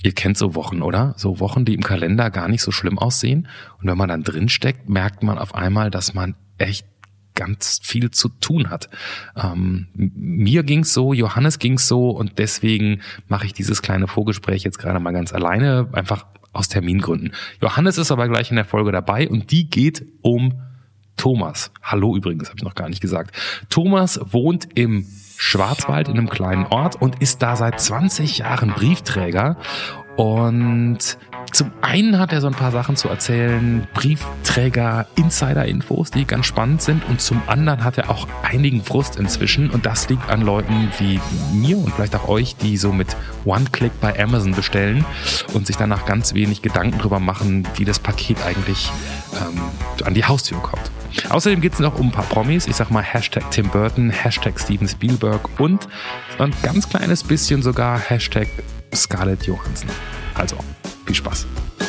Ihr kennt so Wochen, oder? So Wochen, die im Kalender gar nicht so schlimm aussehen. Und wenn man dann drinsteckt, merkt man auf einmal, dass man echt ganz viel zu tun hat. Mir ging's so, Johannes ging's so und deswegen mache ich dieses kleine Vorgespräch jetzt gerade mal ganz alleine, einfach aus Termingründen. Johannes ist aber gleich in der Folge dabei und die geht um Thomas. Hallo übrigens, habe ich noch gar nicht gesagt. Thomas wohnt im Schwarzwald in einem kleinen Ort und ist da seit 20 Jahren Briefträger. Und zum einen hat er so ein paar Sachen zu erzählen, Briefträger-Insider-Infos, die ganz spannend sind. Und zum anderen hat er auch einigen Frust inzwischen. Und das liegt an Leuten wie mir und vielleicht auch euch, die so mit One-Click bei Amazon bestellen und sich danach ganz wenig Gedanken drüber machen, wie das Paket eigentlich an die Haustür kommt. Außerdem geht es noch um ein paar Promis. Ich sag mal Hashtag Tim Burton, Hashtag Steven Spielberg und so ein ganz kleines bisschen sogar Hashtag Scarlett Johansson. Also, viel Spaß.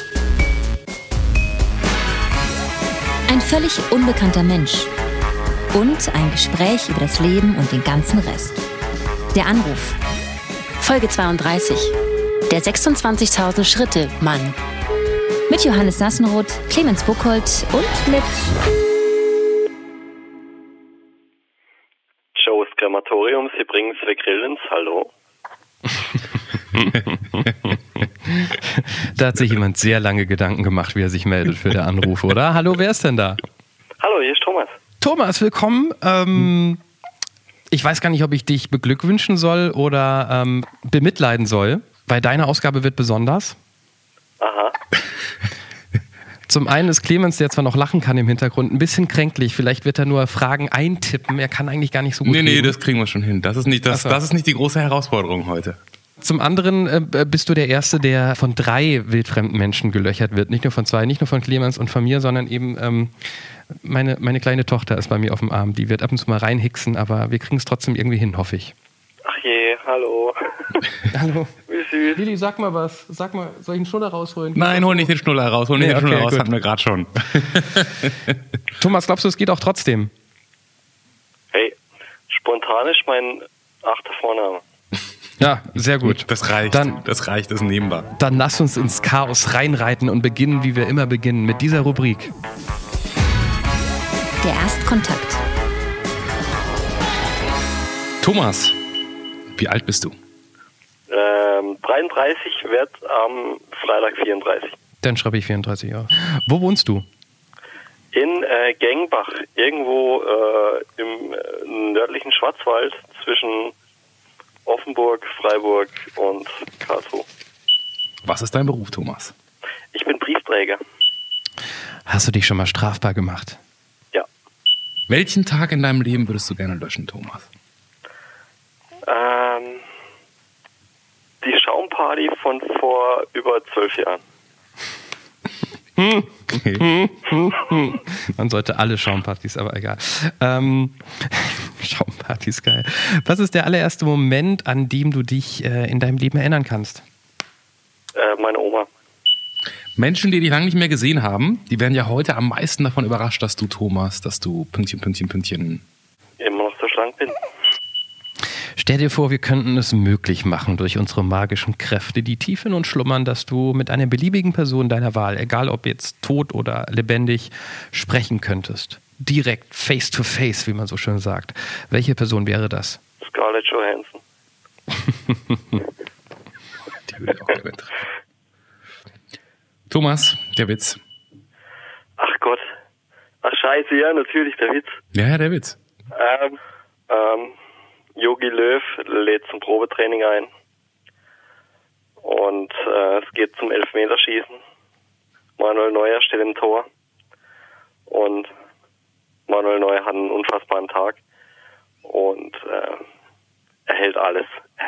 Ein völlig unbekannter Mensch. Und ein Gespräch über das Leben und den ganzen Rest. Der Anruf. Folge 32. Der 26.000 Schritte Mann. Mit Johannes Sassenroth, Clemens Buchholz und mit Joe's Krematorium, Sie bringen's, wir grillen's, hallo. Da hat sich jemand sehr lange Gedanken gemacht, wie er sich meldet für den Anruf, oder? Hallo, wer ist denn da? Hallo, hier ist Thomas. Thomas, willkommen. Ich weiß gar nicht, ob ich dich beglückwünschen soll oder bemitleiden soll, weil deine Ausgabe wird besonders. Aha. Zum einen ist Clemens, der zwar noch lachen kann im Hintergrund, ein bisschen kränklich. Vielleicht wird er nur Fragen eintippen. Er kann eigentlich gar nicht so gut reden. Nee, das kriegen wir schon hin. Das ist nicht die große Herausforderung heute. Zum anderen bist du der Erste, der von 3 wildfremden Menschen gelöchert wird. Nicht nur von 2, nicht nur von Clemens und von mir, sondern eben meine kleine Tochter ist bei mir auf dem Arm. Die wird ab und zu mal reinhicksen, aber wir kriegen es trotzdem irgendwie hin, hoffe ich. Ach je, hallo. Hallo. Wie süß. Lili, sag mal was. Sag mal, soll ich einen Schnuller rausholen? Nein, hol nicht den Schnuller raus. Gut. Hatten wir gerade schon. Thomas, glaubst du, es geht auch trotzdem? Hey, spontan ist mein 8. Vorname. Ja, sehr gut. Das reicht. Das reicht, das ist nehmbar. Dann lass uns ins Chaos reinreiten und beginnen, wie wir immer beginnen, mit dieser Rubrik. der Erstkontakt. Thomas, wie alt bist du? 33, wird am Freitag 34. Dann schreibe ich 34 auf. Wo wohnst du? In Gengbach, irgendwo im nördlichen Schwarzwald zwischen Offenburg, Freiburg und Karlsruhe. Was ist dein Beruf, Thomas? Ich bin Briefträger. Hast du dich schon mal strafbar gemacht? Ja. Welchen Tag in deinem Leben würdest du gerne löschen, Thomas? Die Schaumparty von vor über 12 Jahren. Okay. Man sollte alle Schaumpartys, aber egal. Schaumpartys, geil. Was ist der allererste Moment, an dem du dich in deinem Leben erinnern kannst? Meine Oma. Menschen, die dich lange nicht mehr gesehen haben, die werden ja heute am meisten davon überrascht, dass du, Thomas, dass du Pünktchen Immer noch so schlank bin. Stell dir vor, wir könnten es möglich machen durch unsere magischen Kräfte, die tief in uns schlummern, dass du mit einer beliebigen Person deiner Wahl, egal ob jetzt tot oder lebendig, sprechen könntest. Direkt, face to face, wie man so schön sagt. Welche Person wäre das? Scarlett Johansson. Die würde auch gewinnen. Thomas, der Witz. Ach Gott. Ach scheiße, ja, natürlich, der Witz. Ja, der Witz. Jogi Löw lädt zum Probetraining ein. Und es geht zum Elfmeterschießen. Manuel Neuer steht im Tor. Und Manuel Neuer hat einen unfassbaren Tag. Und er hält alles.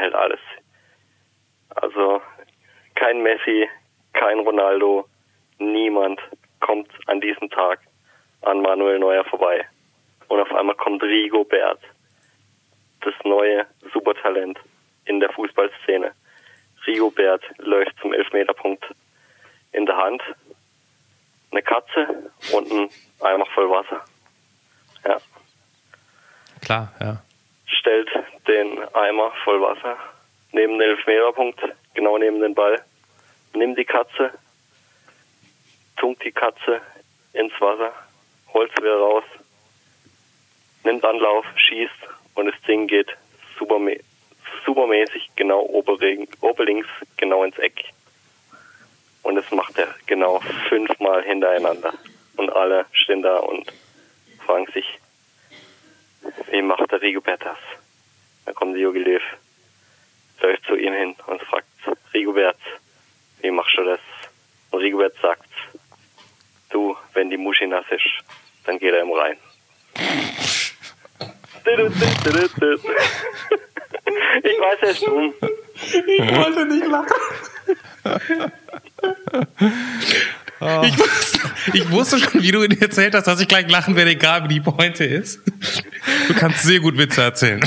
Also kein Messi, kein Ronaldo, niemand kommt an diesem Tag an Manuel Neuer vorbei. Und auf einmal kommt Rigobert, das neue Supertalent in der Fußballszene. Rigobert läuft zum Elfmeterpunkt, in der Hand eine Katze und ein Eimer voll Wasser. Ja. Klar, ja. Stellt den Eimer voll Wasser neben den Elfmeterpunkt, genau neben den Ball, nimmt die Katze, tunkt die Katze ins Wasser, holt sie wieder raus, nimmt Anlauf, schießt und das Ding geht supermäßig genau oberlinks genau ins Eck. Und das macht er genau 5-mal hintereinander. Und alle stehen da und fragen sich, wie macht der Rigobert das? Dann kommt der Jogi Löw, läuft zu ihm hin und fragt, Rigobert, wie machst du das? Und Rigobert sagt, du, wenn die Muschi nass ist, dann geht er im Rhein. Ich weiß, er ist dumm. Ich wollte nicht lachen. Ich wusste schon, wie du ihn erzählt hast, dass ich gleich lachen werde, egal wie die Pointe ist. Du kannst sehr gut Witze erzählen.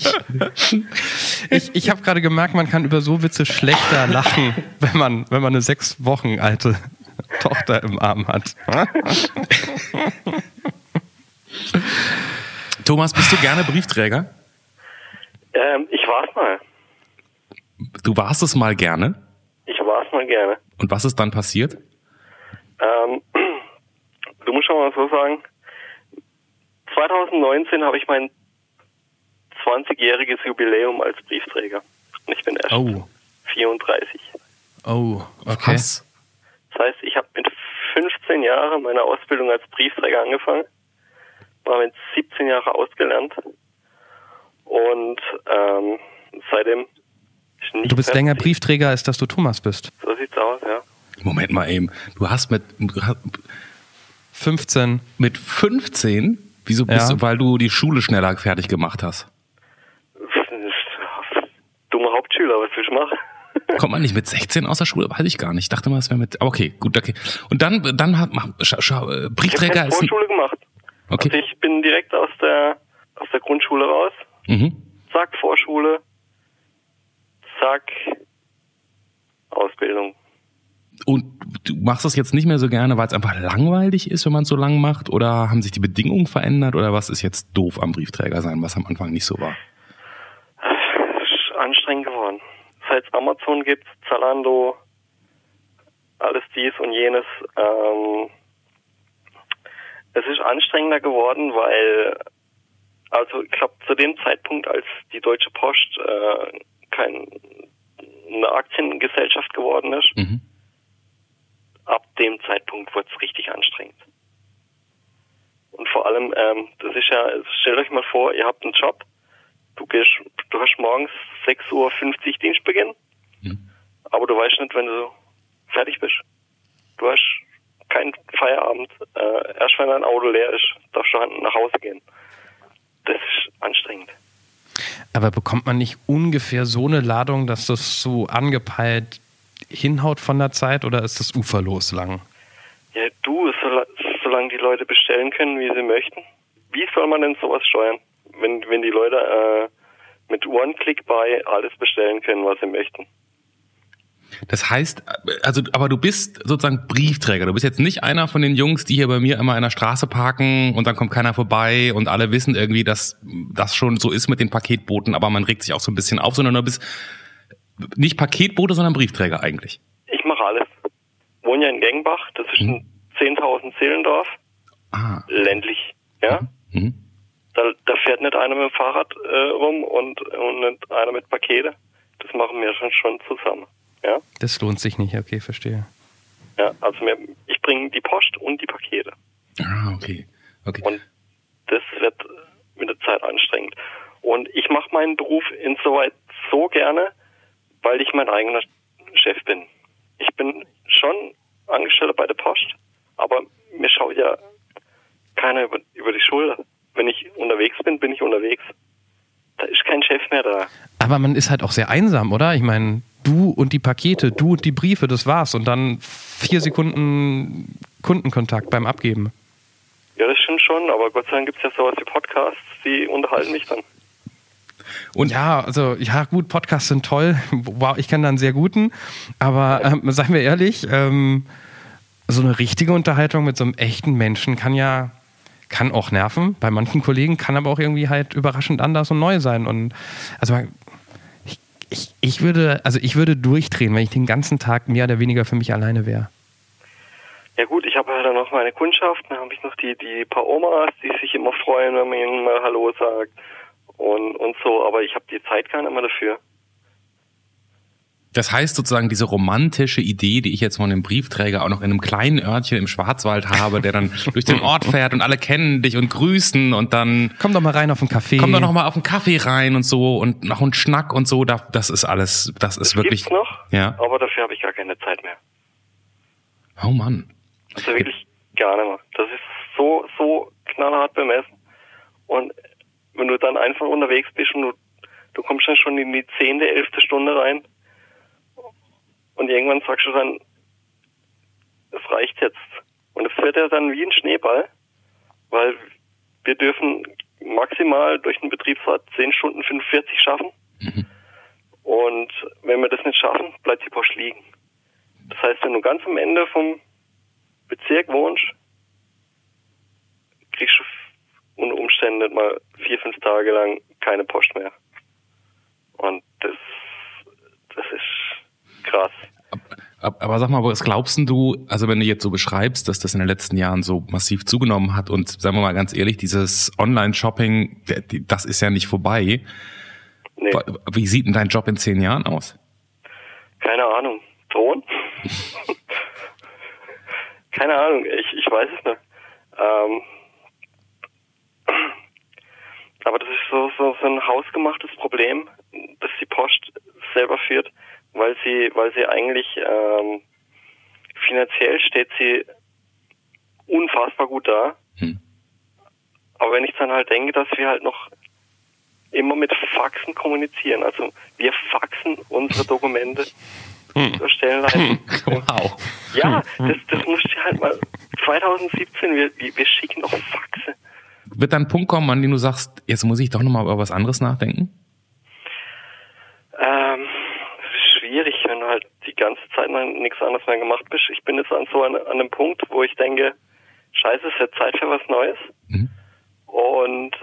Ich habe gerade gemerkt, man kann über so Witze schlechter lachen, wenn man eine 6 Wochen alte Tochter im Arm hat. Thomas, bist du gerne Briefträger? Ich war's mal. Du warst es mal gerne? Ich war's mal gerne. Und was ist dann passiert? Du musst schon mal so sagen, 2019 habe ich mein 20-jähriges Jubiläum als Briefträger. Und ich bin erst 34. Oh, okay. Krass. Das heißt, ich habe mit 15 Jahren meine Ausbildung als Briefträger angefangen, war mit 17 Jahren ausgelernt und seitdem ist nicht. Du bist länger Briefträger, als dass du Thomas bist. So sieht's aus, ja. Moment mal eben. Du hast mit 15. Mit 15? Wieso bist du? Weil du die Schule schneller fertig gemacht hast. Dumme Hauptschüler, was will ich machen? Kommt man nicht mit 16 aus der Schule? Weiß ich gar nicht. Ich dachte mal, es wäre mit. Aber okay, gut, okay. Und dann Briefträger ist. Ich habe Vorschule gemacht. Okay. Also ich bin direkt aus der Grundschule raus. Mhm. Zack, Vorschule. Zack, Ausbildung. Und du machst das jetzt nicht mehr so gerne, weil es einfach langweilig ist, wenn man es so lang macht? Oder haben sich die Bedingungen verändert? Oder was ist jetzt doof am Briefträger sein, was am Anfang nicht so war? Ist anstrengend geworden. Seit es Amazon gibt, Zalando, alles dies und jenes. Es ist anstrengender geworden, weil, also ich glaube, zu dem Zeitpunkt, als die Deutsche Post eine Aktiengesellschaft geworden ist, ab dem Zeitpunkt wurde es richtig anstrengend. Und vor allem, das ist ja, stellt euch mal vor, ihr habt einen Job, du hast morgens 6:50 Uhr Dienstbeginn, aber du weißt nicht, wenn du fertig bist. Du hast keinen Feierabend. Erst wenn dein Auto leer ist, darfst du nach Hause gehen. Das ist anstrengend. Aber bekommt man nicht ungefähr so eine Ladung, dass das so angepeilt hinhaut von der Zeit, oder ist das uferlos lang? Ja, solange die Leute bestellen können, wie sie möchten. Wie soll man denn sowas steuern, wenn die Leute mit One-Click bei alles bestellen können, was sie möchten? Das heißt, aber du bist sozusagen Briefträger. Du bist jetzt nicht einer von den Jungs, die hier bei mir immer in der Straße parken und dann kommt keiner vorbei und alle wissen irgendwie, dass das schon so ist mit den Paketboten, aber man regt sich auch so ein bisschen auf, sondern du bist nicht Paketbote, sondern Briefträger eigentlich. Ich mache alles. Ich wohne ja in Gengbach, das ist ein 10.000 Seelendorf. Ländlich, ja. Da fährt nicht einer mit dem Fahrrad rum und nicht einer mit Pakete. Das machen wir schon zusammen. Ja? Das lohnt sich nicht, okay, verstehe. Ja, also ich bringe die Post und die Pakete. Okay. Und das wird mit der Zeit anstrengend. Und ich mache meinen Beruf insoweit so gerne, weil ich mein eigener Chef bin. Ich bin schon Angestellter bei der Post, aber mir schaut ja keiner über die Schulter. Wenn ich unterwegs bin, bin ich unterwegs. Da ist kein Chef mehr da. Aber man ist halt auch sehr einsam, oder? Ich meine, du und die Pakete, du und die Briefe, das war's. Und dann 4 Sekunden Kundenkontakt beim Abgeben. Ja, das stimmt schon, aber Gott sei Dank gibt es ja sowas wie Podcasts, die unterhalten mich dann. Und ja, gut, Podcasts sind toll. Wow, ich kenne da einen sehr guten. Aber seien wir ehrlich, so eine richtige Unterhaltung mit so einem echten Menschen kann auch nerven. Bei manchen Kollegen kann aber auch irgendwie halt überraschend anders und neu sein. Und also Ich würde durchdrehen, wenn ich den ganzen Tag mehr oder weniger für mich alleine wäre. Ja gut, ich habe halt dann noch meine Kundschaft, dann habe ich noch die paar Omas, die sich immer freuen, wenn man ihnen mal Hallo sagt und so, aber ich habe die Zeit gar nicht mehr dafür. Das heißt sozusagen, diese romantische Idee, die ich jetzt von dem Briefträger auch noch in einem kleinen Örtchen im Schwarzwald habe, der dann durch den Ort fährt und alle kennen dich und grüßen und dann... Komm doch mal rein auf einen Kaffee. Komm doch noch mal auf einen Kaffee rein und so und noch einen Schnack und so, das ist alles, das ist wirklich... Gibt's noch, ja. Aber dafür habe ich gar keine Zeit mehr. Oh Mann. Also wirklich gar nicht mehr. Das ist so knallhart bemessen. Und wenn du dann einfach unterwegs bist und du kommst dann schon in die 10., 11. Stunde rein und irgendwann sagst du dann, es reicht jetzt. Und es wird ja dann wie ein Schneeball, weil wir dürfen maximal durch den Betriebsrat 10 Stunden 45 schaffen. Mhm. Und wenn wir das nicht schaffen, bleibt die Post liegen. Das heißt, wenn du ganz am Ende vom Bezirk wohnst, kriegst du unter Umständen mal 4-5 Tage lang keine Post mehr. Und das ist krass. Aber sag mal, was glaubst du, also wenn du jetzt so beschreibst, dass das in den letzten Jahren so massiv zugenommen hat und sagen wir mal ganz ehrlich, dieses Online-Shopping, das ist ja nicht vorbei. Nee. Wie sieht denn dein Job in 10 Jahren aus? Keine Ahnung. Thron? Keine Ahnung, ich weiß es nicht. Aber das ist so ein hausgemachtes Problem, das die Post selber führt, weil sie eigentlich finanziell steht sie unfassbar gut da. Aber wenn ich dann halt denke, dass wir halt noch immer mit Faxen kommunizieren, also wir faxen unsere Dokumente zur Stellenleitung. Wow. Ja, das musst du halt mal 2017, wir schicken noch Faxe. Wird dann ein Punkt kommen, an dem du sagst, jetzt muss ich doch nochmal über was anderes nachdenken? Das ist schwierig, wenn du halt die ganze Zeit mal nichts anderes mehr gemacht bist. Ich bin jetzt an einem Punkt, wo ich denke, scheiße, es ist jetzt Zeit für was Neues. Mhm. Und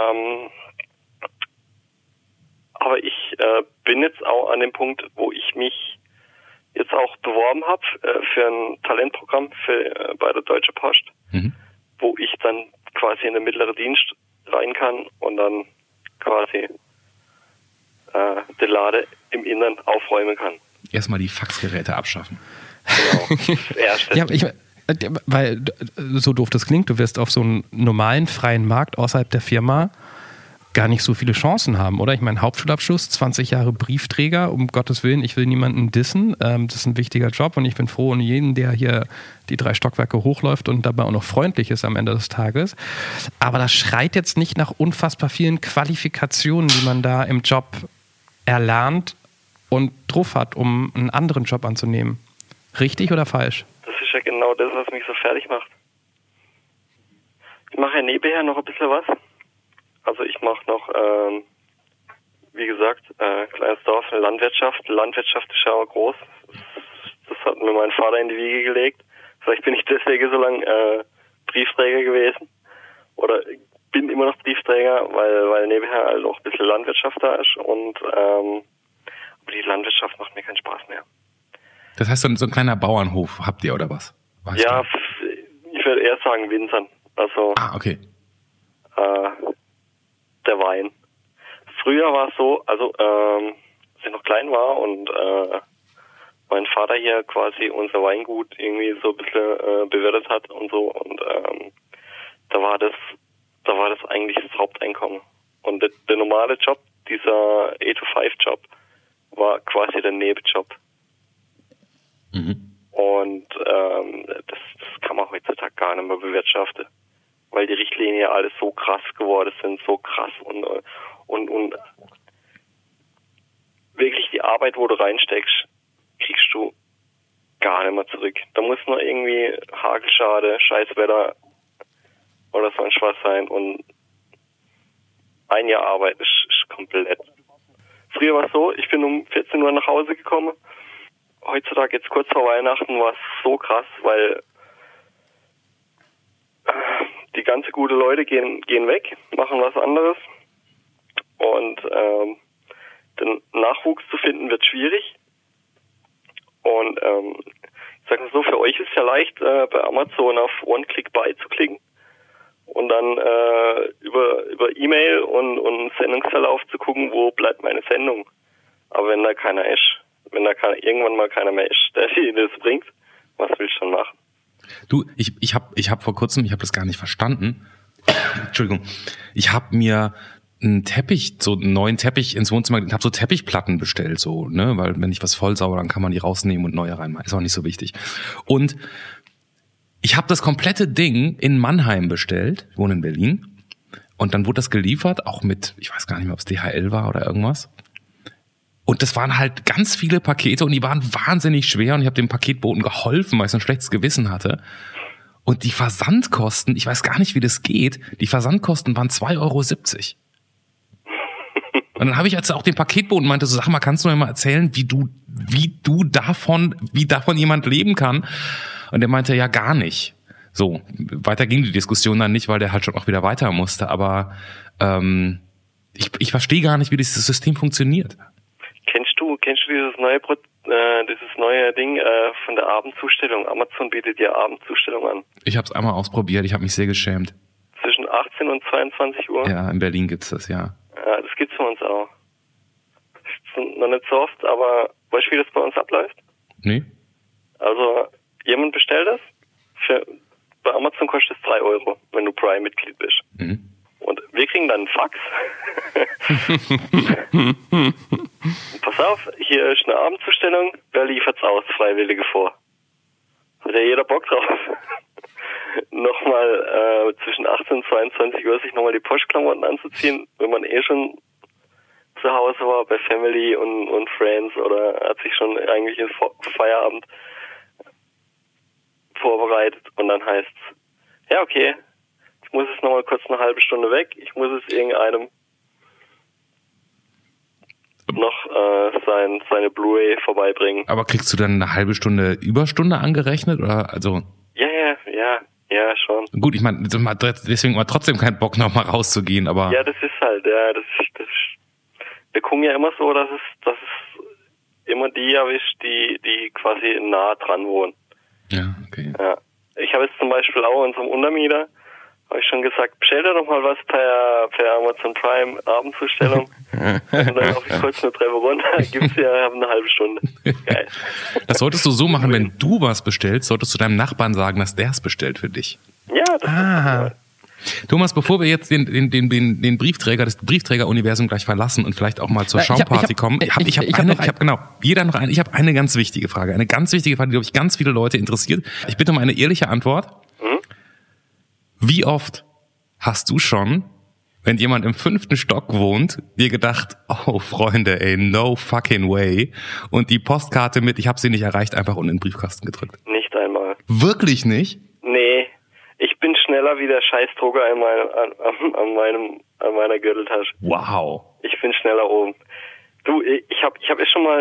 aber ich bin jetzt auch an dem Punkt, wo ich mich jetzt auch beworben habe für ein Talentprogramm bei der Deutsche Post, wo ich dann quasi in den mittleren Dienst rein kann und dann quasi den Laden im Innern aufräumen kann. Erstmal die Faxgeräte abschaffen. Genau, das Erste. Ja, weil so doof das klingt, du wirst auf so einem normalen freien Markt außerhalb der Firma gar nicht so viele Chancen haben, oder? Ich meine, Hauptschulabschluss, 20 Jahre Briefträger, um Gottes Willen, ich will niemanden dissen, das ist ein wichtiger Job und ich bin froh um jeden, der hier die 3 Stockwerke hochläuft und dabei auch noch freundlich ist am Ende des Tages. Aber das schreit jetzt nicht nach unfassbar vielen Qualifikationen, die man da im Job erlernt und drauf hat, um einen anderen Job anzunehmen. Richtig oder falsch? Das ist ja genau das, was mich so fertig macht. Ich mache ja nebenher noch ein bisschen was. Also ich mache noch, wie gesagt, kleines Dorf, eine Landwirtschaft. Landwirtschaft ist ja auch groß. Das hat mir mein Vater in die Wiege gelegt. Vielleicht bin ich deswegen so lange Briefträger gewesen. Oder bin immer noch Briefträger, weil nebenher halt auch ein bisschen Landwirtschaft da ist. Und aber die Landwirtschaft macht mir keinen Spaß mehr. Das heißt, so ein kleiner Bauernhof habt ihr, oder was? Weißt ja, du? Ich würde eher sagen Winzern. Also okay. Der Wein. Früher war es so, also als ich noch klein war und mein Vater hier quasi unser Weingut irgendwie so ein bisschen bewirtet hat und so und da war das eigentlich das Haupteinkommen. Und der normale Job, dieser 8-to-5-Job, war quasi der Nebenjob. Und das kann man heutzutage gar nicht mehr bewirtschaften, weil die Richtlinien alles so krass geworden sind, so krass und wirklich die Arbeit, wo du reinsteckst, kriegst du gar nicht mehr zurück. Da muss nur irgendwie Hagelschade, Scheißwetter oder sonst was sein und ein Jahr Arbeit ist komplett. Früher war es so, ich bin um 14 Uhr nach Hause gekommen. Heutzutage jetzt kurz vor Weihnachten war es so krass, weil die ganze gute Leute gehen weg, machen was anderes und den Nachwuchs zu finden wird schwierig. Und ich sag mal so, für euch ist es ja leicht, bei Amazon auf One-Click-Buy zu klicken und dann über E-Mail und Sendungsverlauf zu gucken, wo bleibt meine Sendung. Aber wenn da keiner ist, irgendwann mal keiner mehr ist, der das bringt, was willst du schon machen? Du, ich hab vor kurzem, ich habe das gar nicht verstanden. Entschuldigung. Ich habe mir einen neuen Teppich ins Wohnzimmer, ich habe so Teppichplatten bestellt, so, ne, weil wenn ich was vollsauere, dann kann man die rausnehmen und neue reinmachen. Ist auch nicht so wichtig. Und ich habe das komplette Ding in Mannheim bestellt, ich wohne in Berlin. Und dann wurde das geliefert, auch mit, ich weiß gar nicht mehr, ob es DHL war oder irgendwas. Und das waren halt ganz viele Pakete und die waren wahnsinnig schwer und ich habe dem Paketboten geholfen, weil ich so ein schlechtes Gewissen hatte. Und die Versandkosten, ich weiß gar nicht, wie das geht, die Versandkosten waren 2,70 €. Und dann habe ich jetzt auch den Paketboten meinte, so, sag mal, kannst du mir mal erzählen, wie davon jemand leben kann? Und der meinte, ja, gar nicht. So, weiter ging die Diskussion dann nicht, weil der halt schon auch wieder weiter musste. Aber ich verstehe gar nicht, wie dieses System funktioniert. Kennst du dieses neue Ding von der Abendzustellung? Amazon bietet ja Abendzustellung an. Ich habe es einmal ausprobiert, ich habe mich sehr geschämt. Zwischen 18 und 22 Uhr? Ja, in Berlin gibt's das, ja. Ja, das gibt's bei uns auch. Das ist noch nicht so oft, aber weißt du, wie das bei uns abläuft? Nee. Also, jemand bestellt das, bei Amazon kostet es 3 €, wenn du Prime-Mitglied bist. Mhm. Und wir kriegen dann einen Fax. Pass auf, hier ist eine Abendzustellung, wer liefert's aus, Freiwillige vor? Hat ja jeder Bock drauf. Nochmal zwischen 18 und 22 Uhr sich nochmal die Postklamotten anzuziehen, wenn man schon zu Hause war bei Family und Friends oder hat sich schon eigentlich in Feierabend vorbereitet und dann heißt's, ja okay, ich muss es nochmal kurz eine halbe Stunde weg, ich muss es irgendeinem noch seine Blu-ray vorbeibringen. Aber kriegst du dann eine halbe Stunde Überstunde angerechnet oder also? Ja, schon. Gut, ich meine, deswegen war trotzdem kein Bock nochmal rauszugehen, aber. Ja, das ist halt, wir gucken ja immer so, dass es immer die erwischt, die quasi nah dran wohnen. Ja, okay. Ja. Ich habe jetzt zum Beispiel auch unserem Untermieter, habe ich schon gesagt, bestell dir doch mal was per Amazon Prime Abendzustellung. Und dann laufe ich kurz eine Treppe runter, gibt's ja, habe eine halbe Stunde. Geil. Das solltest du so machen, wenn du was bestellst, solltest du deinem Nachbarn sagen, dass der es bestellt für dich. Ja, das ist Thomas, bevor wir jetzt den Briefträger, das Briefträger-Universum gleich verlassen und vielleicht auch mal zur Schaumparty kommen, ich habe eine ganz wichtige Frage, die, glaube ich, ganz viele Leute interessiert. Ich bitte um eine ehrliche Antwort. Wie oft hast du schon, wenn jemand im 5. Stock wohnt, dir gedacht, oh Freunde, ey, no fucking way, und die Postkarte mit, ich habe sie nicht erreicht, einfach unten in den Briefkasten gedrückt? Nicht einmal. Wirklich nicht? Nee, ich bin schneller wie der Scheißdrucker an meiner Gürteltasche. Wow. Ich bin schneller oben. Du, ich hab jetzt schon mal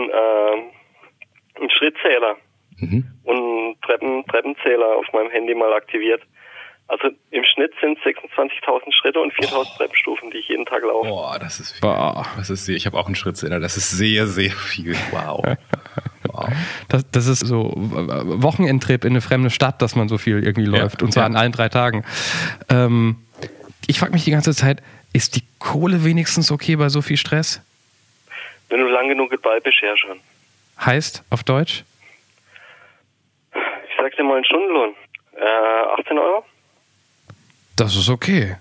einen Schrittzähler und einen Treppenzähler auf meinem Handy mal aktiviert. Also im Schnitt sind 26.000 Schritte und 4.000 Treppenstufen, die ich jeden Tag laufe. Boah, das ist viel. Ich habe auch einen Schrittzähler. Das ist sehr, sehr viel. Wow. Das ist so Wochenendtrip in eine fremde Stadt, dass man so viel irgendwie läuft. Und zwar an allen 3 Tagen. Ich frage mich die ganze Zeit, ist die Kohle wenigstens okay bei so viel Stress? Wenn du lang genug dabei bist, ja schon. Heißt, auf Deutsch? Ich sag dir mal einen Stundenlohn. 18 €? Das ist okay.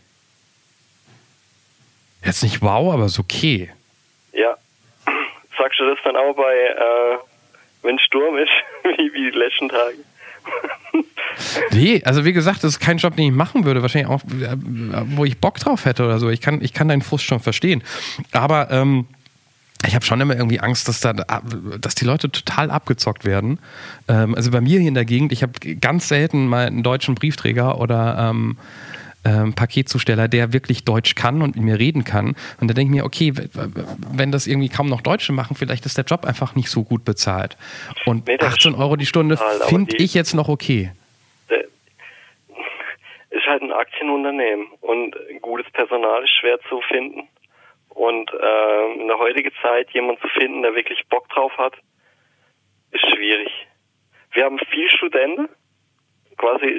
Jetzt nicht wow, aber ist okay. Ja. Sagst du das dann auch bei, wenn Sturm ist, wie die letzten Tage? Nee, also wie gesagt, das ist kein Job, den ich machen würde. Wahrscheinlich auch, wo ich Bock drauf hätte oder so. Ich kann deinen Frust schon verstehen. Aber ich habe schon immer irgendwie Angst, dass die Leute total abgezockt werden. Also bei mir hier in der Gegend, ich habe ganz selten mal einen deutschen Briefträger oder Paketzusteller, der wirklich Deutsch kann und mit mir reden kann. Und da denke ich mir, okay, wenn das irgendwie kaum noch Deutsche machen, vielleicht ist der Job einfach nicht so gut bezahlt. Und 18 € die Stunde finde ich jetzt noch okay. Ist halt ein Aktienunternehmen und gutes Personal ist schwer zu finden. Und in der heutigen Zeit jemanden zu finden, der wirklich Bock drauf hat, ist schwierig. Wir haben viel Studenten, quasi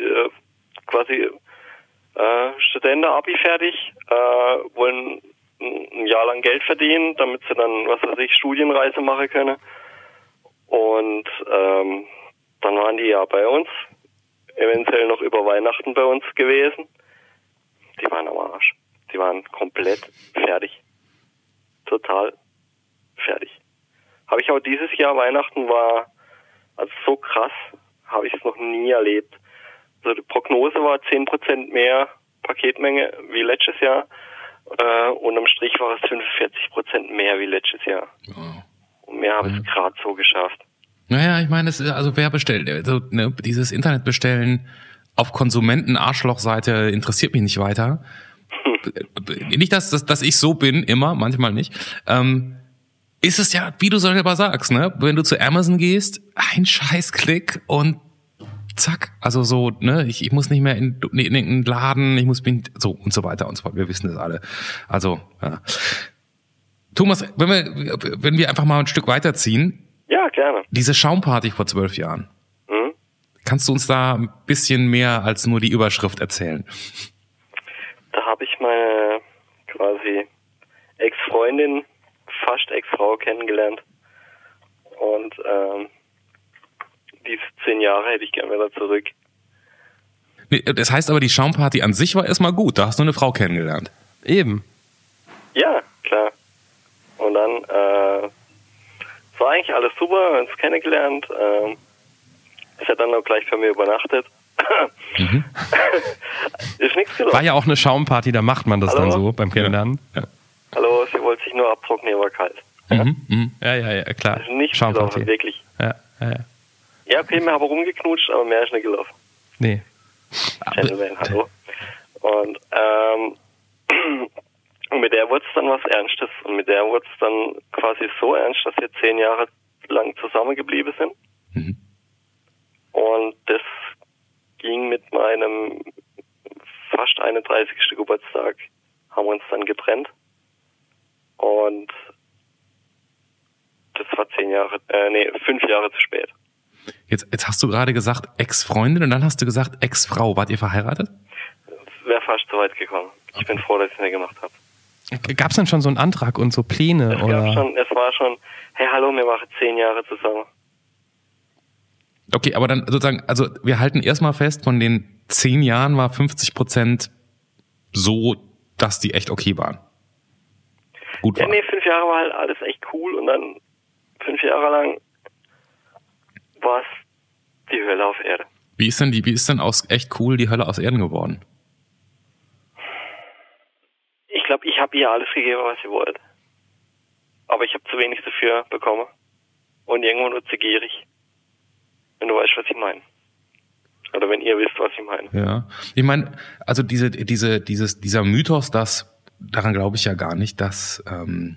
Studenten, Abi fertig, wollen ein Jahr lang Geld verdienen, damit sie dann, was weiß ich, Studienreise machen können. Und dann waren die ja bei uns, eventuell noch über Weihnachten bei uns gewesen. Die waren am Arsch. Die waren komplett fertig. Total fertig. Habe ich auch dieses Jahr, Weihnachten war also so krass, habe ich es noch nie erlebt. Also die Prognose war 10% mehr Paketmenge wie letztes Jahr. Unterm Strich war es 45% mehr wie letztes Jahr. Wow. Und mehr habe ich es gerade so geschafft. Naja, ich meine, also wer bestellt? Also, ne, dieses Internetbestellen auf Konsumenten-Arschloch-Seite interessiert mich nicht weiter. Nicht, dass ich so bin, immer, manchmal nicht. Ist es ja, wie du selber sagst, ne? Wenn du zu Amazon gehst, ein Scheißklick und zack, also so, ne, ich muss nicht mehr in irgendeinen Laden, ich muss so und so weiter und so fort. Wir wissen das alle. Also, ja. Thomas, wenn wir einfach mal ein Stück weiterziehen. Ja, gerne. Diese Schaumparty vor 12 Jahren. Kannst du uns da ein bisschen mehr als nur die Überschrift erzählen? Da habe ich meine quasi Ex-Freundin, fast Ex-Frau kennengelernt. Und diese 10 Jahre hätte ich gerne wieder zurück. Das heißt aber, die Schaumparty an sich war erstmal gut. Da hast du eine Frau kennengelernt. Eben. Ja, klar. Und dann war eigentlich alles super, wir haben uns kennengelernt. Sie hat dann auch gleich bei mir übernachtet. Ist nichts gelaufen. War ja auch eine Schaumparty, da macht man das Hallo? Dann so beim Kennenlernen. Ja. Hallo, sie wollte sich nur abtrocknen, war kalt. Ja, klar. Ist nichts Schaumparty. gelaufen, wirklich. Ja. Ja, okay, wir haben rumgeknutscht, aber mehr ist nicht gelaufen. Nee. Gentleman, hallo. Und mit der wurde es dann was Ernstes. Und mit der wurde es dann quasi so ernst, dass wir 10 Jahre lang zusammengeblieben sind. Und das ging mit meinem fast 31. Geburtstag, haben wir uns dann getrennt. Und das war 5 Jahre zu spät. Jetzt hast du gerade gesagt Ex-Freundin und dann hast du gesagt Ex-Frau. Wart ihr verheiratet? Es wäre fast so weit gekommen. Ich bin froh, dass ich es nicht gemacht habe. Gab es denn schon so einen Antrag und so Pläne? Es war schon, hey, hallo, wir machen 10 Jahre zusammen. Okay, aber dann sozusagen, also wir halten erstmal fest, von den 10 Jahren war 50% so, dass die echt okay waren. Gut Ja, waren. nee, 5 Jahre war halt alles echt cool und dann 5 Jahre lang war es die Hölle auf Erde. Wie ist denn aus echt cool die Hölle aus Erden geworden? Ich glaube, ich habe ihr alles gegeben, was sie wollte. Aber ich habe zu wenig dafür bekommen. Und irgendwo nur zu gierig. Wenn du weißt, was ich meine. Oder wenn ihr wisst, was ich meine. Ja. Ich meine, also dieser Mythos, daran glaube ich ja gar nicht, dass ein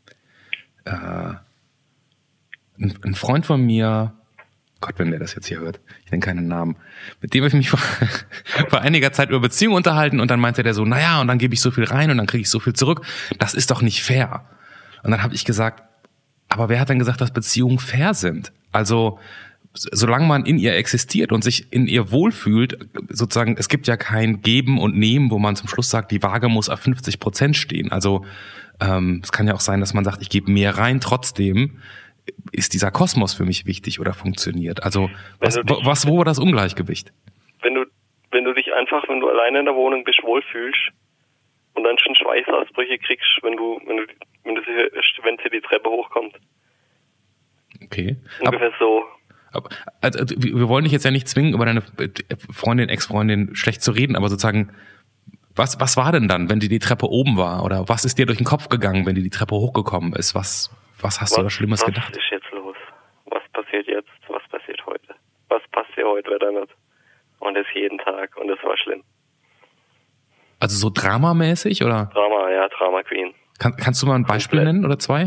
Freund von mir, Gott, wenn der das jetzt hier hört, ich nenne keinen Namen, mit dem habe ich mich vor einiger Zeit über Beziehungen unterhalten und dann meinte der so, naja, und dann gebe ich so viel rein und dann kriege ich so viel zurück. Das ist doch nicht fair. Und dann habe ich gesagt, aber wer hat denn gesagt, dass Beziehungen fair sind? Also, solange man in ihr existiert und sich in ihr wohlfühlt, sozusagen, es gibt ja kein Geben und Nehmen, wo man zum Schluss sagt, die Waage muss auf 50% stehen. Also es kann ja auch sein, dass man sagt, ich gebe mehr rein, trotzdem ist dieser Kosmos für mich wichtig oder funktioniert. Also wo war das Ungleichgewicht? Wenn du dich einfach, wenn du alleine in der Wohnung bist, wohlfühlst und dann schon Schweißausbrüche kriegst, wenn sie die Treppe hochkommt. Okay. Ungefähr so. Also, wir wollen dich jetzt ja nicht zwingen, über deine Freundin, Ex-Freundin schlecht zu reden, aber sozusagen, was war denn dann, wenn die Treppe oben war? Oder was ist dir durch den Kopf gegangen, wenn die Treppe hochgekommen ist? Was hast du da Schlimmes gedacht? Was ist jetzt los? Was passiert jetzt? Was passiert heute? Was passiert heute wieder nicht? Und das jeden Tag. Und das war schlimm. Also so dramamäßig, oder? Drama Queen. Kannst du mal ein Beispiel nennen oder zwei?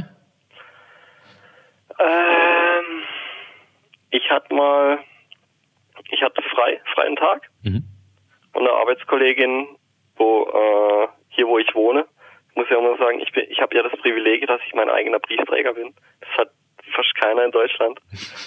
Ich hatte freien Tag. Und eine Arbeitskollegin, wo ich wohne, muss ja mal sagen, ich habe ja das Privileg, dass ich mein eigener Briefträger bin. Das hat fast keiner in Deutschland.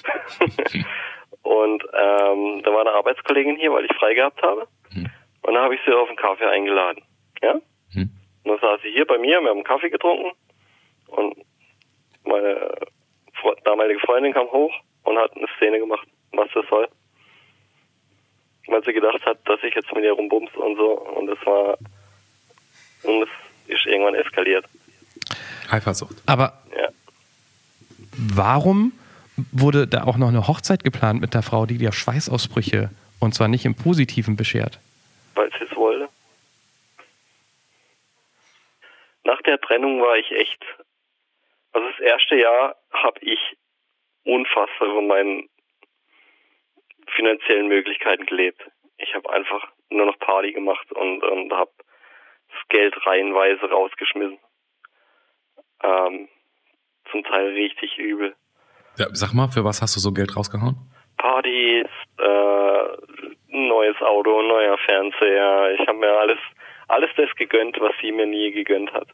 Und da war eine Arbeitskollegin hier, weil ich frei gehabt habe. Und dann habe ich sie auf einen Kaffee eingeladen. Ja? Und dann saß sie hier bei mir, wir haben einen Kaffee getrunken und meine damalige Freundin kam hoch und hat eine Szene gemacht, was das soll. Weil sie gedacht hat, dass ich jetzt mit ihr rumbumst und so. Und es ist irgendwann eskaliert. Eifersucht. Aber Ja. warum wurde da auch noch eine Hochzeit geplant mit der Frau, die dir Schweißausbrüche, und zwar nicht im Positiven, beschert? Weil sie es wollte. Nach der Trennung war ich echt, also das erste Jahr habe ich unfassbar von meinen finanziellen Möglichkeiten gelebt. Ich habe einfach nur noch Party gemacht und habe das Geld reihenweise rausgeschmissen. Zum Teil richtig übel. Ja, sag mal, für was hast du so Geld rausgehauen? Partys, ein neues Auto, ein neuer Fernseher. Ich habe mir alles das gegönnt, was sie mir nie gegönnt hat.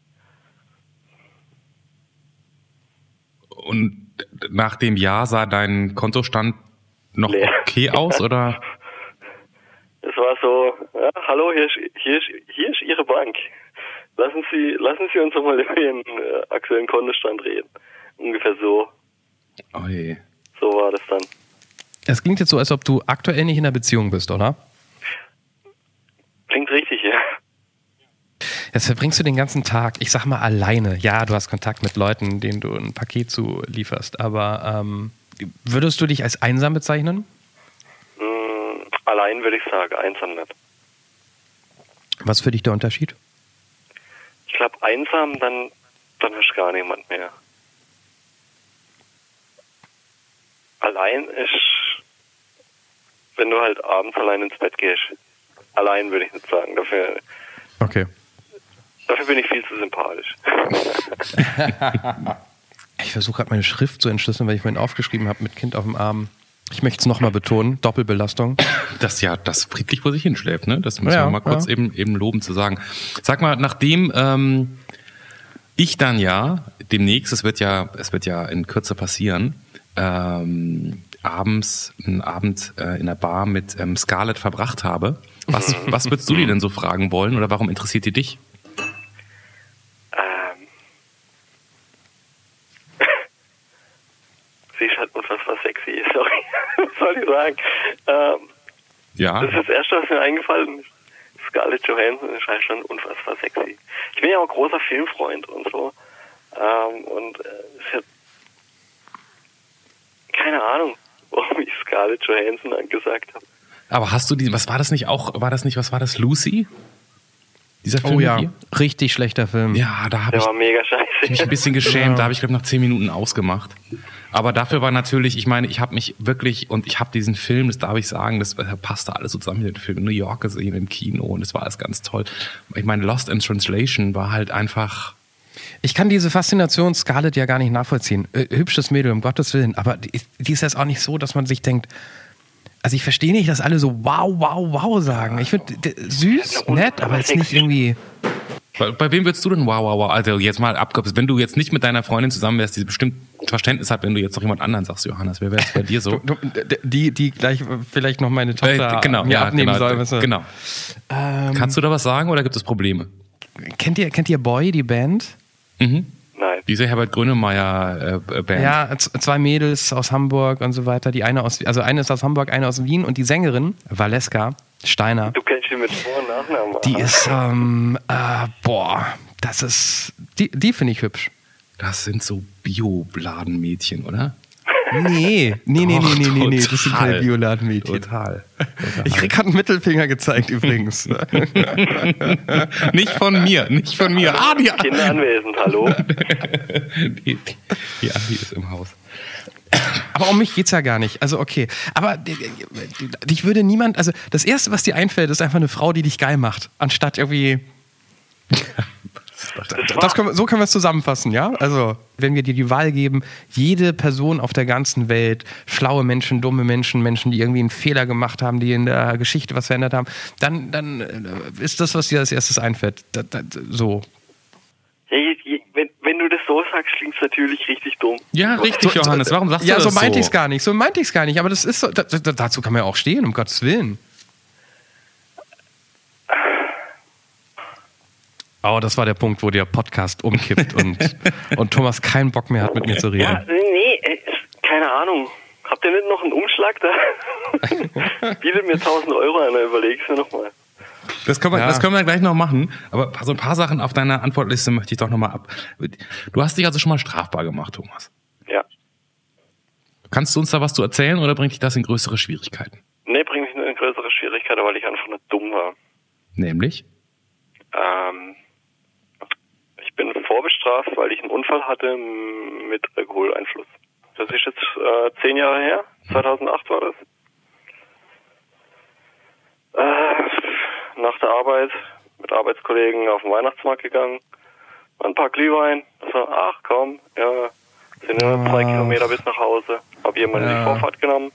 Und nach dem Jahr sah dein Kontostand noch Leer. okay aus, oder? Es war so, ja, hallo, hier ist Ihre Bank. Lassen Sie uns doch mal über Ihren aktuellen Kontostand reden. Ungefähr so. Oh je. So war das dann. Es klingt jetzt so, als ob du aktuell nicht in einer Beziehung bist, oder? Klingt richtig, ja. Jetzt verbringst du den ganzen Tag, ich sag mal, alleine. Ja, du hast Kontakt mit Leuten, denen du ein Paket zulieferst, aber würdest du dich als einsam bezeichnen? Allein würde ich sagen, einsam nicht. Was für dich der Unterschied? Ich glaube, einsam, dann hast du gar niemand mehr. Allein ist, wenn du halt abends allein ins Bett gehst. Allein würde ich nicht sagen. Dafür bin ich viel zu sympathisch. Ich versuche gerade meine Schrift zu entschlüsseln, weil ich vorhin aufgeschrieben habe mit Kind auf dem Arm. Ich möchte es nochmal betonen, Doppelbelastung. Das ja, das friedlich vor sich hinschläft, ne? Das müssen wir mal kurz eben loben zu sagen. Sag mal, nachdem ich dann ja demnächst, es wird ja in Kürze passieren, abends einen Abend in der Bar mit Scarlett verbracht habe, was würdest du dir denn so fragen wollen oder warum interessiert die dich? Sie ist halt unfassbar sexy, sorry. Was soll ich sagen? Ja. Das ist das Erste, was mir eingefallen ist. Scarlett Johansson ist halt schon unfassbar sexy. Ich bin ja auch großer Filmfreund und so. Ist ja keine Ahnung, warum ich Scarlett Johansson angesagt habe. Aber hast du was war das Lucy? Dieser Film? Oh ja, richtig schlechter Film. Ja, Der war mega scheiße. mich ein bisschen geschämt, da habe ich glaube nach 10 Minuten ausgemacht. Aber dafür war natürlich, ich meine, ich habe mich wirklich, und ich habe diesen Film, das darf ich sagen, das passte alles so zusammen mit dem Film in New York gesehen im Kino und das war alles ganz toll. Ich meine, Lost in Translation war halt einfach... Ich kann diese Faszination Scarlett ja gar nicht nachvollziehen. Hübsches Mädel, um Gottes Willen. Aber die ist jetzt auch nicht so, dass man sich denkt, also ich verstehe nicht, dass alle so wow sagen. Ich finde süß, nett, aber jetzt nicht irgendwie... Bei wem würdest du denn wow? Also jetzt mal abgekürzt, wenn du jetzt nicht mit deiner Freundin zusammen wärst, die bestimmt Verständnis hat, wenn du jetzt noch jemand anderen sagst, Johannes, wer wäre es bei dir so? Die gleich vielleicht noch meine Tochter mir abnehmen soll. Weißt du? Genau. Kannst du da was sagen oder gibt es Probleme? Kennt ihr Boy, die Band? Nein. Diese Herbert Grönemeyer Band. Ja, 2 Mädels aus Hamburg und so weiter. Eine ist aus Hamburg, eine aus Wien und die Sängerin, Valeska Steiner. Du kennst die mit Vor- und Nachnamen. Die ist, das ist, die finde ich hübsch. Das sind so Biobladenmädchen, oder? Nee, das sind keine Bioladenmädchen. Total. Ich krieg gerade einen Mittelfinger gezeigt übrigens. Nicht von mir. Kinder anwesend, hallo? Die Andi ist im Haus. Aber um mich geht's ja gar nicht. Also okay. Aber dich würde niemand, also das Erste, was dir einfällt, ist einfach eine Frau, die dich geil macht. Anstatt irgendwie... So können wir es zusammenfassen, ja? Also, wenn wir dir die Wahl geben, jede Person auf der ganzen Welt, schlaue Menschen, dumme Menschen, Menschen, die irgendwie einen Fehler gemacht haben, die in der Geschichte was verändert haben, dann ist das, was dir als erstes einfällt. So. Wenn du das so sagst, klingt es natürlich richtig dumm. Ja, richtig, Johannes. Warum sagst du das so? Ja, so meinte ich es gar nicht. So meinte ich es gar nicht. Aber das ist so, dazu kann man ja auch stehen, um Gottes Willen. Oh, das war der Punkt, wo der Podcast umkippt und Thomas keinen Bock mehr hat, mit mir zu reden. Ja, nee, keine Ahnung. Habt ihr nicht noch einen Umschlag da? Bietet mir 1.000 Euro an, überleg's mir nochmal. Das können wir gleich noch machen. Aber so ein paar Sachen auf deiner Antwortliste möchte ich doch nochmal ab. Du hast dich also schon mal strafbar gemacht, Thomas. Ja. Kannst du uns da was zu erzählen oder bringt dich das in größere Schwierigkeiten? Nee, bringt mich nur in größere Schwierigkeiten, weil ich einfach nur dumm war. Nämlich? Ich bin vorbestraft, weil ich einen Unfall hatte mit Alkoholeinfluss. Das ist jetzt 10 Jahre her. 2008 war das. Nach der Arbeit mit Arbeitskollegen auf den Weihnachtsmarkt gegangen. Ein paar Glühwein. So, ach komm, ja, sind nur 2 Kilometer bis nach Hause. Hab jemanden in die Vorfahrt genommen.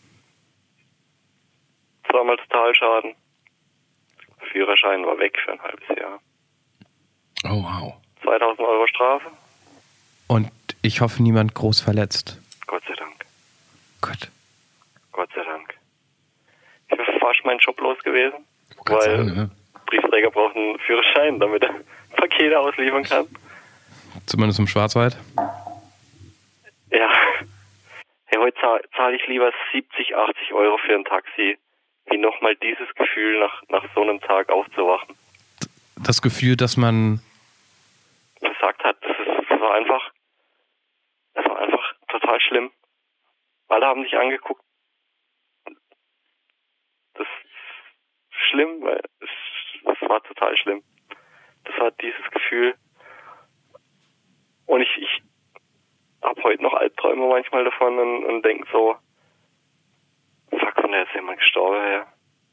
2-mal Totalschaden. Führerschein war weg für ein halbes Jahr. Oh, wow. 2.000 Euro Strafe. Und ich hoffe, niemand groß verletzt. Gott sei Dank. Gott sei Dank. Ich bin fast meinen Job los gewesen, weil sagen, ja. Briefträger braucht einen Führerschein, damit er Pakete ausliefern kann. Zumindest im Schwarzwald. Ja. Hey, heute zahle ich lieber 70, 80 Euro für ein Taxi, wie nochmal dieses Gefühl nach so einem Tag aufzuwachen. Das Gefühl, dass man versagt hat, das war einfach total schlimm. Alle haben sich angeguckt. Das ist schlimm, weil es war total schlimm. Das war dieses Gefühl. Und ich habe heute noch Albträume manchmal davon und denke so, fuck, von der ist jemand gestorben, ja.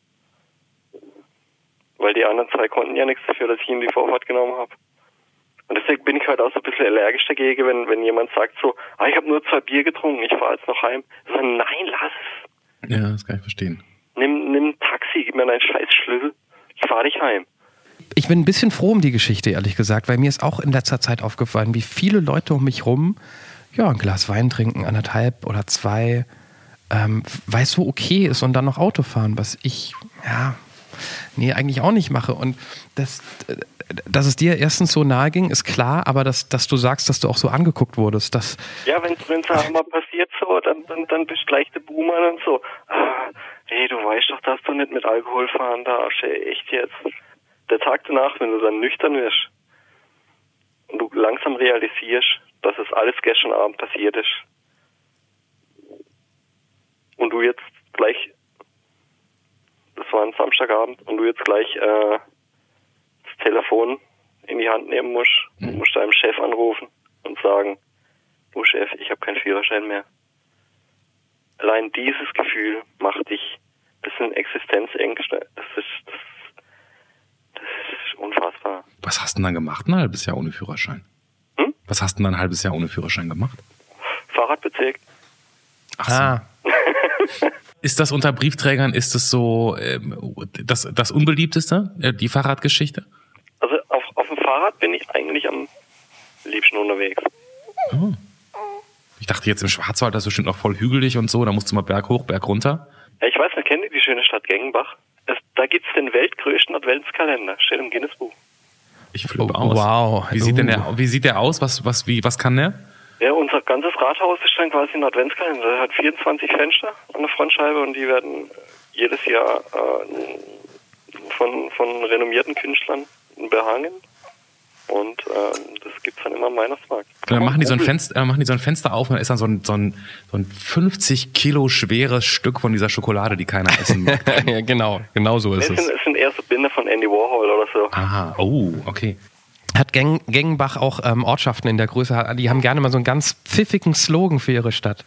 Weil die anderen 2 konnten ja nichts dafür, dass ich ihn die Vorfahrt genommen habe. Und deswegen bin ich halt auch so ein bisschen allergisch dagegen, wenn jemand sagt so, ich habe nur 2 Bier getrunken, ich fahre jetzt noch heim. So, nein, lass es. Ja, das kann ich verstehen. Nimm ein Taxi, gib mir deinen scheiß Schlüssel, ich fahre dich heim. Ich bin ein bisschen froh um die Geschichte, ehrlich gesagt, weil mir ist auch in letzter Zeit aufgefallen, wie viele Leute um mich rum ein Glas Wein trinken, 1,5 oder 2, weil es so okay ist und dann noch Auto fahren, was ich, eigentlich auch nicht mache. Und dass es dir erstens so nahe ging, ist klar, aber dass du sagst, dass du auch so angeguckt wurdest. Ja, wenn es einmal passiert so, dann bist du gleich der Boomer und so. Hey, du weißt doch, dass du nicht mit Alkohol fahren darfst, echt jetzt. Der Tag danach, wenn du dann nüchtern wirst und du langsam realisierst, dass es alles gestern Abend passiert ist und du jetzt gleich, das war ein Samstagabend, und du jetzt gleich das Telefon in die Hand nehmen musst deinem Chef anrufen und sagen, oh Chef, ich habe keinen Führerschein mehr. Allein dieses Gefühl macht dich, das sind Existenzängste, das ist unfassbar. Was hast du denn dann gemacht, ein halbes Jahr ohne Führerschein? Was hast du denn dann ein halbes Jahr ohne Führerschein gemacht? Fahrradbezirk. Ach so. Ist das unter Briefträgern, ist das so das Unbeliebteste, die Fahrradgeschichte? Also auf dem Fahrrad bin ich eigentlich am liebsten unterwegs. Oh. Ich dachte jetzt im Schwarzwald, das ist bestimmt noch voll hügelig und so, da musst du mal Berg hoch, Berg runter. Ja, ich weiß nicht, kennt ihr die schöne Stadt Gengenbach? Da gibt's den weltgrößten Adventskalender, steht im Guinness-Buch. Ich flippe aus. Wow. Wie sieht der aus? Was kann der? Ja, unser ganzes Rathaus ist dann quasi ein Adventskalender. Der hat 24 Fenster an der Frontscheibe und die werden jedes Jahr von renommierten Künstlern behangen. Und das gibt's dann immer am Weihnachtsmarkt. Dann machen die so ein Fenster auf und da ist dann so ein 50 Kilo schweres Stück von dieser Schokolade, die keiner essen mag. Ja, genau so ist es. Es sind eher so Bilder von Andy Warhol oder so. Aha, oh, okay. Hat Gengenbach auch Ortschaften in der Größe, die haben gerne mal so einen ganz pfiffigen Slogan für ihre Stadt?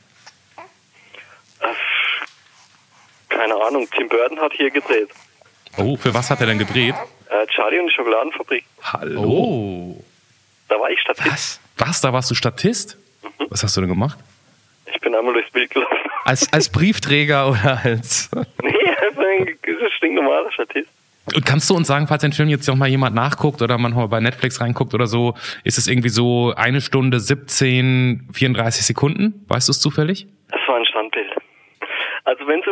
Keine Ahnung, Tim Burton hat hier gedreht. Oh, für was hat er denn gedreht? Charlie und die Schokoladenfabrik. Hallo. Oh. Da war ich Statist. Was? Da warst du Statist? Mhm. Was hast du denn gemacht? Ich bin einmal durchs Bild gelaufen. Als Briefträger oder als... Nee, als ein stinknormaler Statist. Kannst du uns sagen, falls den Film jetzt noch mal jemand nachguckt oder man mal bei Netflix reinguckt oder so, ist es irgendwie so 1 Stunde 17, 34 Sekunden? Weißt du es zufällig? Es war ein Standbild. Also wenn's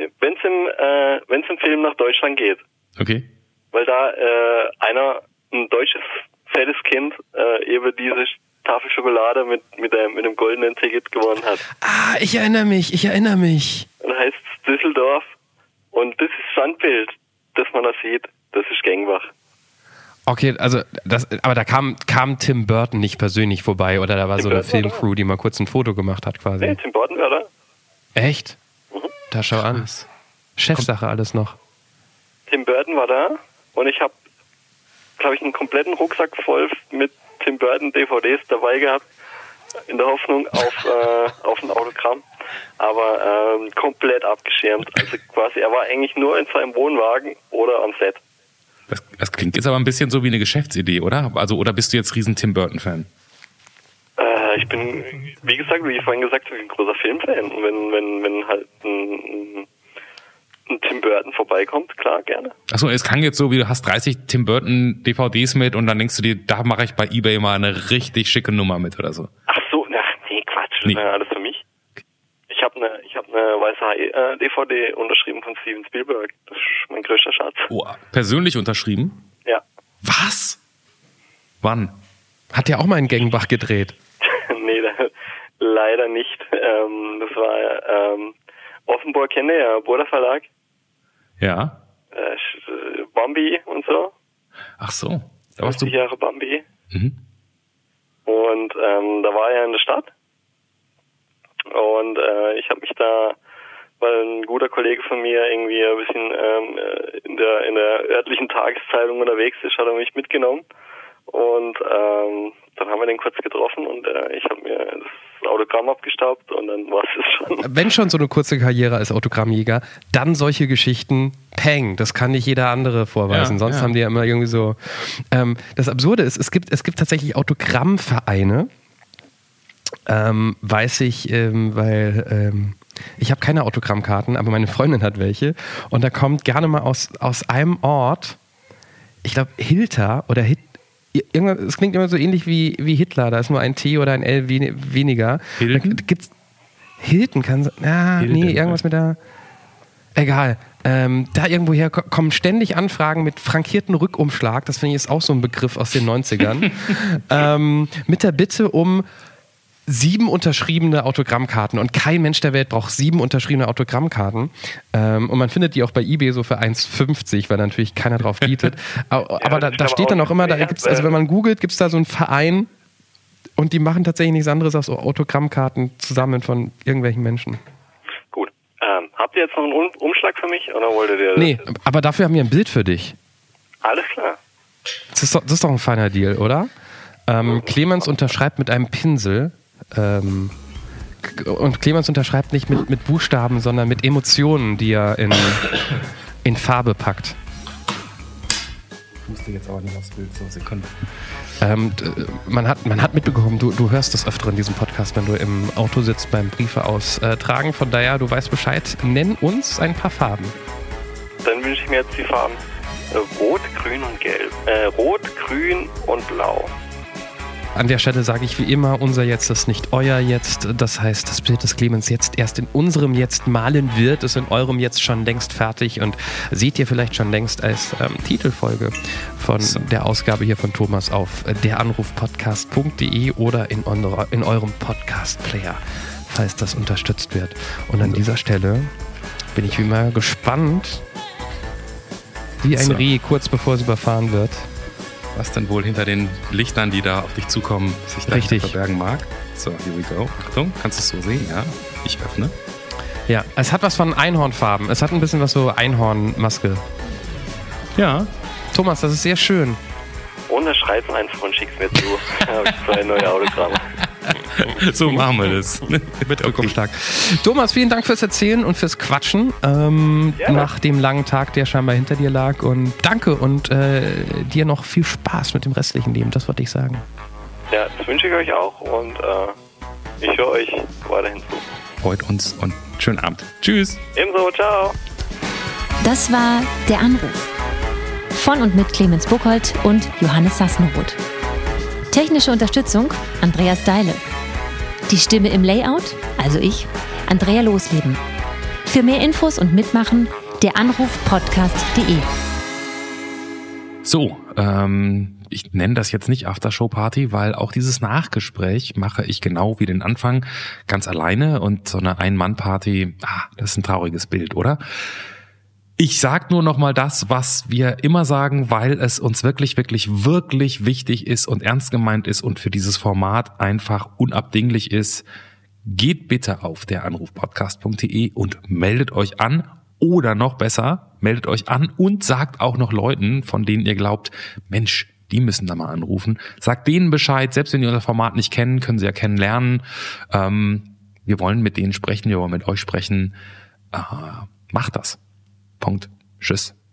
im Film nach Deutschland geht. Okay. Weil da ein deutsches fettes Kind eben diese Tafel Schokolade mit dem goldenen Ticket gewonnen hat. Ah, ich erinnere mich. Und da heißt es Düsseldorf. Und das ist Standbild, das man da sieht. Das ist Gengbach. Okay, also aber da kam Tim Burton nicht persönlich vorbei oder da war Tim so eine Filmcrew, die mal kurz ein Foto gemacht hat quasi. Nee, Tim Burton war da. Echt? Da schau an. Chefsache alles noch. Tim Burton war da und ich habe, glaube ich, einen kompletten Rucksack voll mit Tim Burton DVDs dabei gehabt, in der Hoffnung auf ein Autogramm, aber komplett abgeschirmt. Also quasi, er war eigentlich nur in seinem Wohnwagen oder am Set. Das klingt jetzt aber ein bisschen so wie eine Geschäftsidee, oder? Also, oder bist du jetzt riesen Tim Burton-Fan? Ich bin, wie gesagt, wie ich vorhin gesagt habe, ein großer Filmfan. Und wenn halt ein Tim Burton vorbeikommt, klar, gerne. Achso, es klang jetzt so, wie du hast 30 Tim Burton DVDs mit und dann denkst du dir, da mache ich bei eBay mal eine richtig schicke Nummer mit oder so. Ach so, nee, Quatsch, das wäre alles für mich. Ich habe eine Weiße Hai DVD unterschrieben von Steven Spielberg. Das ist mein größter Schatz. Oh, persönlich unterschrieben? Ja. Was? Wann? Hat der auch mal in Gengbach gedreht? Nee, leider nicht. Das war Offenburg, kennt ihr ja, Burda Verlag. Ja. Bambi und so. Ach so. Da warst du 50 Jahre Bambi. Mhm. Und da war er in der Stadt. Und ich habe mich da, weil ein guter Kollege von mir irgendwie ein bisschen in der örtlichen Tageszeitung unterwegs ist, hat er mich mitgenommen. Und dann haben wir den kurz getroffen und ich habe mir das Autogramm abgestaubt und dann war es schon. Wenn schon so eine kurze Karriere als Autogrammjäger, dann solche Geschichten, peng, das kann nicht jeder andere vorweisen. Sonst haben die ja immer irgendwie so. Das Absurde ist, es gibt tatsächlich Autogrammvereine, weiß ich, weil ich habe keine Autogrammkarten, aber meine Freundin hat welche und da kommt gerne mal aus einem Ort, ich glaube Hilter oder es klingt immer so ähnlich wie Hitler, da ist nur ein T oder ein L weniger. Hilton? Hilton kann sein. Nee, irgendwas mit der. Egal. Da irgendwoher kommen ständig Anfragen mit frankierten Rückumschlag, das finde ich ist auch so ein Begriff aus den 90ern, mit der Bitte um 7 unterschriebene Autogrammkarten und kein Mensch der Welt braucht 7 unterschriebene Autogrammkarten und man findet die auch bei eBay so für 1,50, weil natürlich keiner drauf bietet. Aber da steht dann auch immer, da gibt's, also wenn man googelt, gibt es da so einen Verein und die machen tatsächlich nichts anderes als Autogrammkarten zusammen von irgendwelchen Menschen. Gut. Habt ihr jetzt noch einen Umschlag für mich oder wolltet ihr das? Nee, aber dafür haben wir ein Bild für dich. Alles klar. Das ist doch ein feiner Deal, oder? Clemens unterschreibt mit einem Pinsel. Und Clemens unterschreibt nicht mit Buchstaben, sondern mit Emotionen, die er in Farbe packt. Ich musste jetzt aber nicht aufs Bild, so Sekunde. Man hat mitbekommen, du hörst das öfter in diesem Podcast, wenn du im Auto sitzt beim Briefe austragen. Von daher, du weißt Bescheid. Nenn uns ein paar Farben. Dann wünsche ich mir jetzt die Farben Rot, Grün und Gelb. Rot, Grün und Blau. An der Stelle sage ich wie immer, unser Jetzt ist nicht euer Jetzt. Das heißt, das Bild des Clemens jetzt erst in unserem Jetzt malen wird, ist in eurem Jetzt schon längst fertig und seht ihr vielleicht schon längst als Titelfolge von der Ausgabe hier von Thomas auf deranrufpodcast.de oder in eurem Podcast-Player, falls das unterstützt wird. Und an dieser Stelle bin ich wie immer gespannt, wie ein Reh kurz bevor es überfahren wird. Was denn wohl hinter den Lichtern, die da auf dich zukommen, sich da verbergen mag. So, here we go. Achtung, kannst du es so sehen? Ja, ich öffne. Ja, es hat was von Einhornfarben. Es hat ein bisschen was so Einhornmaske. Ja. Thomas, das ist sehr schön. Unterschreib einfach und schick's mir zu. Da habe ich 2 neue Autogramme. So machen wir das. Mit Rückumschlag. Thomas, vielen Dank fürs Erzählen und fürs Quatschen nach dem langen Tag, der scheinbar hinter dir lag. Und danke und dir noch viel Spaß mit dem restlichen Leben. Das wollte ich sagen. Ja, das wünsche ich euch auch und ich höre euch weiterhin zu. Freut uns und schönen Abend. Tschüss. Ebenso, ciao. Das war Der Anruf. Von und mit Clemens Buchholz und Johannes Sassenroth. Technische Unterstützung Andreas Deile. Die Stimme im Layout, also ich, Andrea Losleben. Für mehr Infos und Mitmachen deranrufpodcast.de. So, ich nenne das jetzt nicht Aftershow-Party, weil auch dieses Nachgespräch mache ich genau wie den Anfang ganz alleine und so eine Ein-Mann-Party, das ist ein trauriges Bild, oder? Ich sag nur noch mal das, was wir immer sagen, weil es uns wirklich, wirklich, wirklich wichtig ist und ernst gemeint ist und für dieses Format einfach unabdinglich ist. Geht bitte auf deranrufpodcast.de und meldet euch an. Oder noch besser, meldet euch an und sagt auch noch Leuten, von denen ihr glaubt, Mensch, die müssen da mal anrufen. Sagt denen Bescheid, selbst wenn die unser Format nicht kennen, können sie ja kennenlernen. Wir wollen mit denen sprechen, wir wollen mit euch sprechen. Macht das. Punkt. Tschüss.